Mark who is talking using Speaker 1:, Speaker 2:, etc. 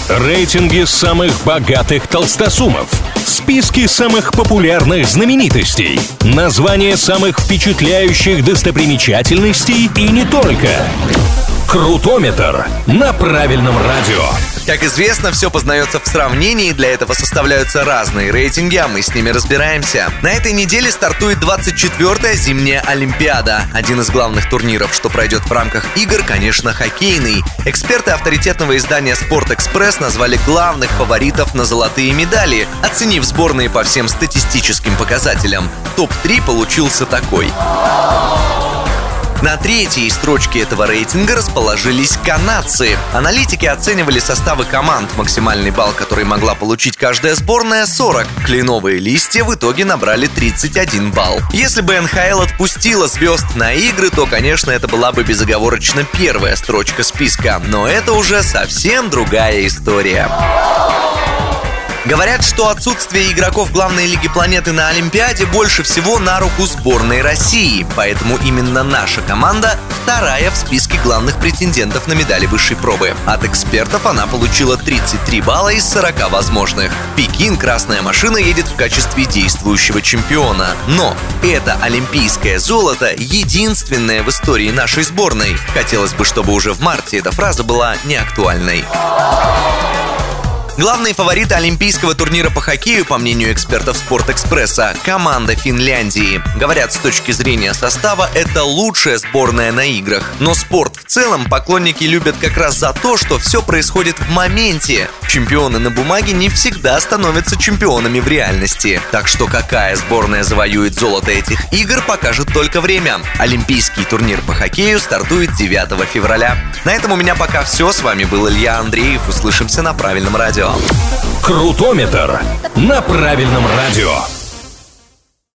Speaker 1: Рейтинги самых богатых толстосумов. Списки самых популярных знаменитостей. Названия самых впечатляющих достопримечательностей и не только. Крутометр на правильном радио.
Speaker 2: Как известно, все познается в сравнении, для этого составляются разные рейтинги, а мы с ними разбираемся. На этой неделе стартует 24-я зимняя Олимпиада. Один из главных турниров, что пройдет в рамках игр, конечно, хоккейный. Эксперты авторитетного издания «Спортэкспресс» назвали главных фаворитов на золотые медали, оценив сборные по всем статистическим показателям. Топ-3 получился такой. На третьей строчке этого рейтинга расположились канадцы. Аналитики оценивали составы команд. Максимальный балл, который могла получить каждая сборная, 40. Кленовые листья в итоге набрали 31 балл. Если бы НХЛ отпустила звезд на игры, то, конечно, это была бы безоговорочно первая строчка списка. Но это уже совсем другая история. Говорят, что отсутствие игроков главной лиги планеты на Олимпиаде больше всего на руку сборной России. Поэтому именно наша команда вторая в списке главных претендентов на медали высшей пробы. От экспертов она получила 33 балла из 40 возможных. В Пекин красная машина едет в качестве действующего чемпиона. Но это олимпийское золото единственное в истории нашей сборной. Хотелось бы, чтобы уже в марте эта фраза была неактуальной. Главные фавориты олимпийского турнира по хоккею, по мнению экспертов «Спортэкспресса», команда Финляндии. Говорят, с точки зрения состава, это лучшая сборная на играх. Но спорт в целом поклонники любят как раз за то, что все происходит в моменте. Чемпионы на бумаге не всегда становятся чемпионами в реальности. Так что какая сборная завоюет золото этих игр, покажет только время. Олимпийский турнир по хоккею стартует 9 февраля. На этом у меня пока все. С вами был Илья Андреев. Услышимся на правильном радио.
Speaker 1: Крутометр на правильном радио.